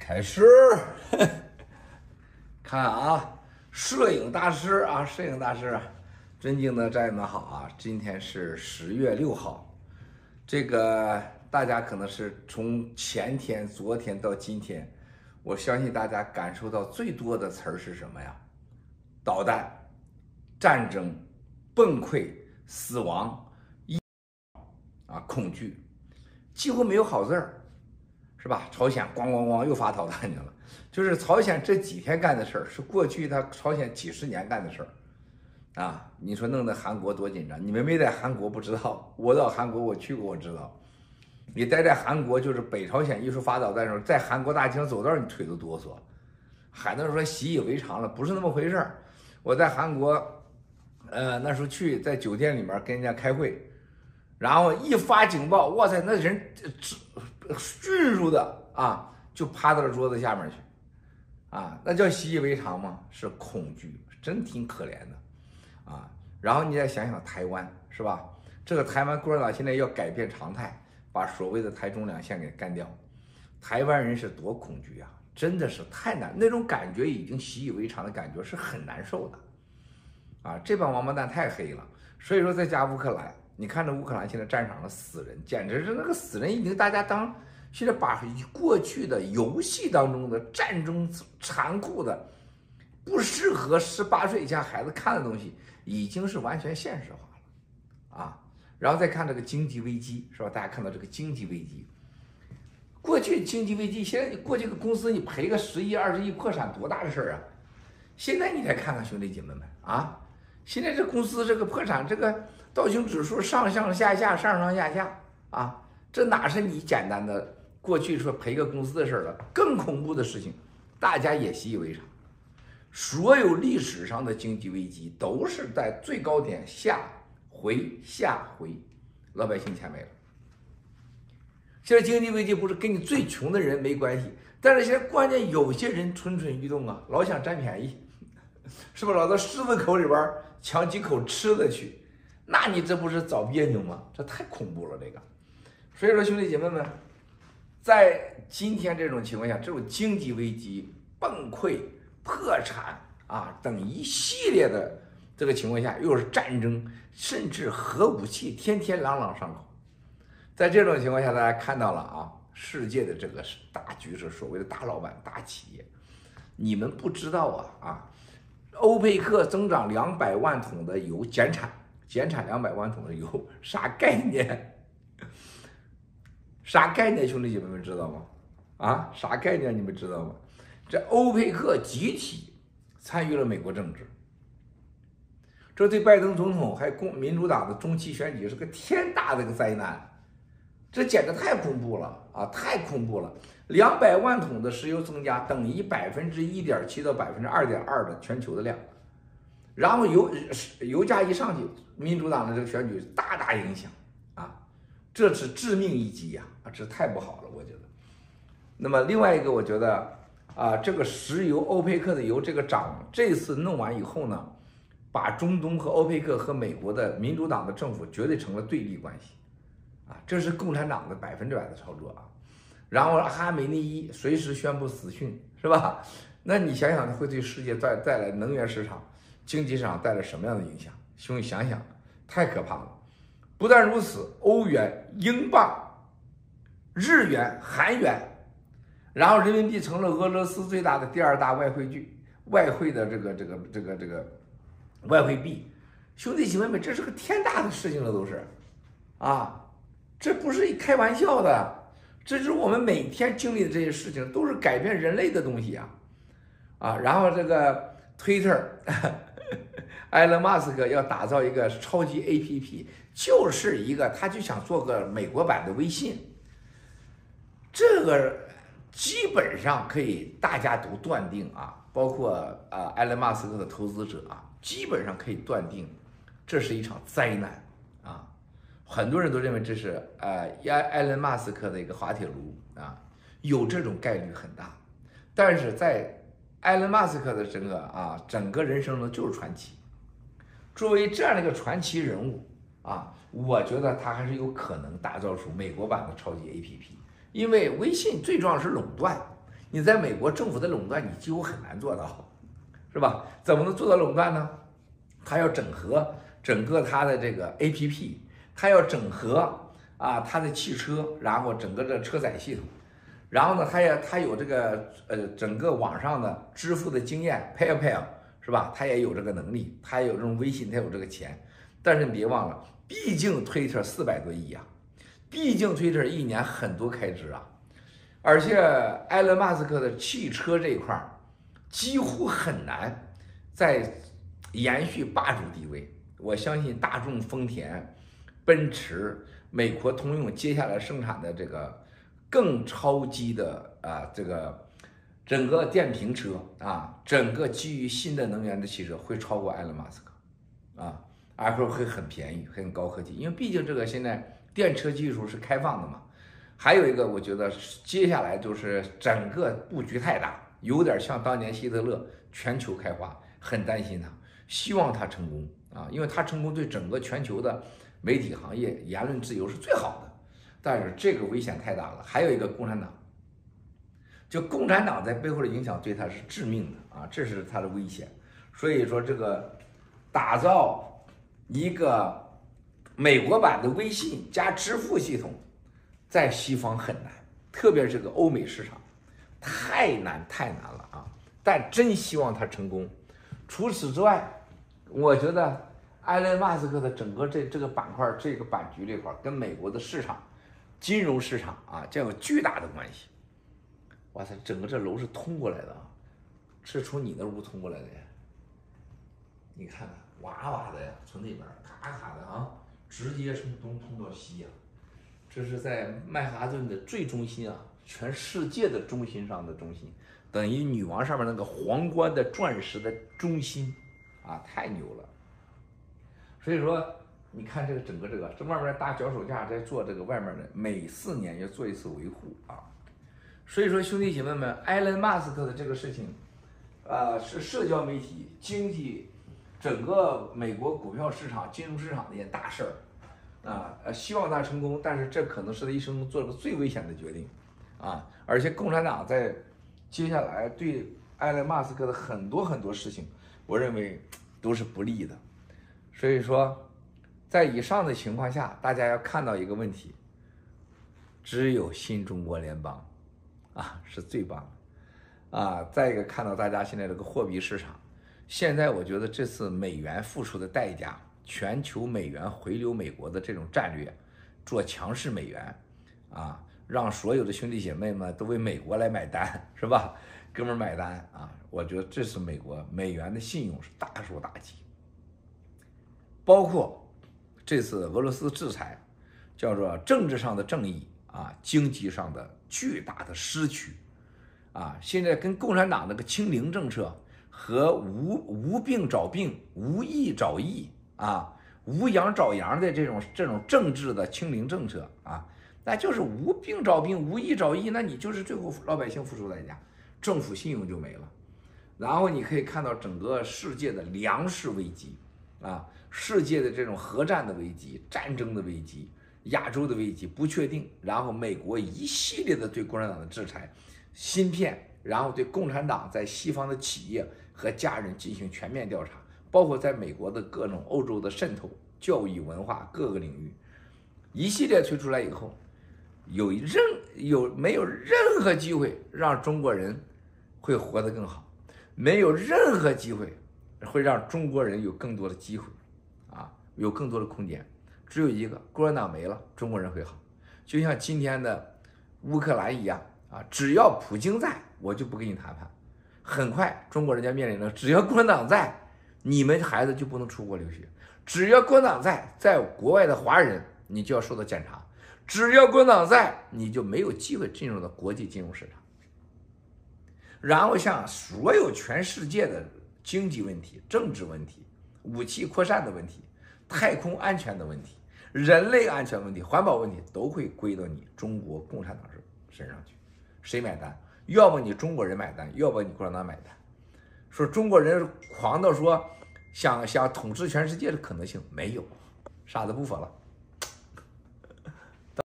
开始，看啊，摄影大师啊，尊敬的战友们好啊！今天是10月6号，这个大家可能是从前天、昨天到今天，我相信大家感受到最多的词儿是什么呀？导弹、战争、崩溃、死亡、恐惧，几乎没有好字儿。是吧？朝鲜咣咣咣又发导弹去了，就是朝鲜这几天干的事儿，是过去朝鲜几十年干的事儿，啊！你说弄得韩国多紧张？你们没在韩国不知道，我到韩国我去过，我知道。你待在韩国，就是北朝鲜一说发导弹的时候，在韩国大厅走道你腿都哆嗦，还能说习以为常了，不是那么回事儿。我在韩国，那时候去在酒店里面跟人家开会，然后一发警报，哇塞，那人迅速的就趴到了桌子下面去，那叫习以为常吗？是恐惧，真挺可怜的，然后你再想想台湾，是吧？这个台湾共产党现在要改变常态，把所谓的台中两线给干掉，台湾人是多恐惧啊，真的是太难，那种感觉已经习以为常的感觉是很难受的，这帮王八蛋太黑了。所以说再加乌克兰。你看这乌克兰现在战场的死人，简直是那个死人已经大家现在把过去的游戏当中的战争残酷的、不适合18岁以下孩子看的东西，已经是完全现实化了然后再看这个经济危机，是吧？大家看到这个经济危机，过去经济危机，现在你过去个公司你赔个10亿、20亿破产多大的事儿啊？现在你再看看兄弟姐妹们现在这公司这个破产，这个道琼指数上上下下这哪是你简单的过去说赔个公司的事了？更恐怖的事情，大家也习以为常。所有历史上的经济危机都是在最高点下回，老百姓钱没了。现在经济危机不是跟你最穷的人没关系，但是现在关键有些人蠢蠢欲动老想占便宜，是不是？老到狮子口里边抢几口吃的去，那你这不是找别扭吗？这太恐怖了，这个。所以说，兄弟姐妹们，在今天这种情况下，这种经济危机、崩溃、破产等一系列的这个情况下，又是战争，甚至核武器天天朗朗上口。在这种情况下，大家看到了世界的这个大局势，所谓的大老板、大企业，你们不知道欧佩克增长200万桶的油减产200万桶的油，啥概念？啥概念？兄弟姐妹们知道吗？啥概念？你们知道吗？这欧佩克集体参与了美国政治，这对拜登总统还民主党的中期选举是个天大的一个灾难，这简直太恐怖了太恐怖了！200万桶的石油增加等于1.7%到2.2%的全球的量，然后油价一上去，民主党的这个选举大大影响这是致命一击这太不好了，我觉得。那么另外一个，我觉得这个石油欧佩克的油这个涨，这次弄完以后呢，把中东和欧佩克和美国的民主党的政府绝对成了对立关系这是共产党的100%的操作然后哈梅内伊随时宣布死讯，是吧？那你想想，会对世界带来能源市场、经济市场带来什么样的影响？兄弟想想，太可怕了。不但如此，欧元、英镑、日元、韩元，然后人民币成了俄罗斯最大的第2大外汇的这个外汇币。兄弟姐妹们，这是个天大的事情了，都是这不是开玩笑的，这是我们每天经历的这些事情，都是改变人类的东西然后这个 Twitter 埃隆·马斯克要打造一个超级 APP， 就是他就想做个美国版的微信。这个基本上可以大家都断定包括埃隆·马斯克的投资者基本上可以断定，这是一场灾难很多人都认为这是埃隆·马斯克的一个滑铁卢有这种概率很大，但是在埃隆·马斯克的整个人生呢就是传奇。作为这样的一个传奇人物我觉得他还是有可能打造出美国版的超级 APP，因为微信最重要是垄断， 你在美国政府的垄断，你几乎很难做到，是吧？怎么能做到垄断呢？它要整合整个它的这个 APP， 它要整合它的汽车，然后整个的车载系统，然后呢，它有这个整个网上的支付的经验 ，PayPal 是吧？它也有这个能力，它也有这种微信，它有这个钱，但是你别忘了，毕竟 Twitter 400多亿啊，毕竟 Twitter 一年很多开支啊。而且埃隆·马斯克的汽车这一块几乎很难再延续霸主地位。我相信大众、丰田、奔驰、美国通用接下来生产的这个更超级的这个整个电瓶车整个基于新的能源的汽车会超过埃隆·马斯克而且会很便宜、很高科技，因为毕竟这个现在电车技术是开放的嘛。还有一个，我觉得接下来就是整个布局太大，有点像当年希特勒全球开花，很担心他，希望他成功因为他成功对整个全球的媒体行业言论自由是最好的，但是这个危险太大了。还有一个共产党，就共产党在背后的影响对他是致命的这是他的危险。所以说这个打造一个美国版的微信加支付系统，在西方很难，特别是这个欧美市场，太难了但真希望他成功。除此之外，我觉得埃隆·马斯克的整个这个板块、这个板局这块，跟美国的市场、金融市场将有巨大的关系。哇塞，整个这楼是通过来的是从你那屋通过来的呀？你看看，哇哇的呀，从那边咔咔的直接从东通到西这是在曼哈顿的最中心全世界的中心上的中心，等于女王上面那个皇冠的钻石的中心太牛了。所以说，你看这整个这外面大脚手架在做这个外面的，每4年要做一次维护所以说，兄弟姐妹们，埃隆·马斯克的这个事情是社交媒体、经济、整个美国股票市场、金融市场的一件大事儿。希望他成功，但是这可能是他一生中做了最危险的决定而且共产党在接下来对埃隆·马斯克的很多事情，我认为都是不利的。所以说，在以上的情况下，大家要看到一个问题，只有新中国联邦是最棒的再一个，看到大家现在这个货币市场，现在我觉得这次美元付出的代价，全球美元回流美国的这种战略，做强势美元让所有的兄弟姐妹们都为美国来买单，是吧？哥们儿买单我觉得这是美元的信用是大受打击。包括这次俄罗斯制裁，叫做政治上的正义经济上的巨大的失去现在跟共产党那个清零政策和无病找病、无疫找疫无阳找阳的这种政治的清零政策那就是无病找病、无疫找疫，那你就是最后老百姓付出代价，政府信用就没了。然后你可以看到整个世界的粮食危机世界的这种核战的危机、战争的危机、亚洲的危机不确定，然后美国一系列的对共产党的制裁、芯片，然后对共产党在西方的企业和家人进行全面调查，包括在美国的各种欧洲的渗透、教育、文化各个领域，一系列推出来以后，没有任何机会让中国人会活得更好，没有任何机会会让中国人有更多的机会有更多的空间。只有一个，共产党没了，中国人会好。就像今天的乌克兰一样只要普京在，我就不跟你谈判。很快中国人家面临着，只要共产党在，你们孩子就不能出国留学；只要共产党在国外的华人你就要受到检查；只要共产党在，你就没有机会进入到国际金融市场。然后像所有全世界的经济问题、政治问题、武器扩散的问题、太空安全的问题、人类安全问题、环保问题，都会归到你中国共产党身上去。谁买单？要不你中国人买单，要不你共产党买单。说中国人狂到说想统治全世界的可能性没有，傻子不服了。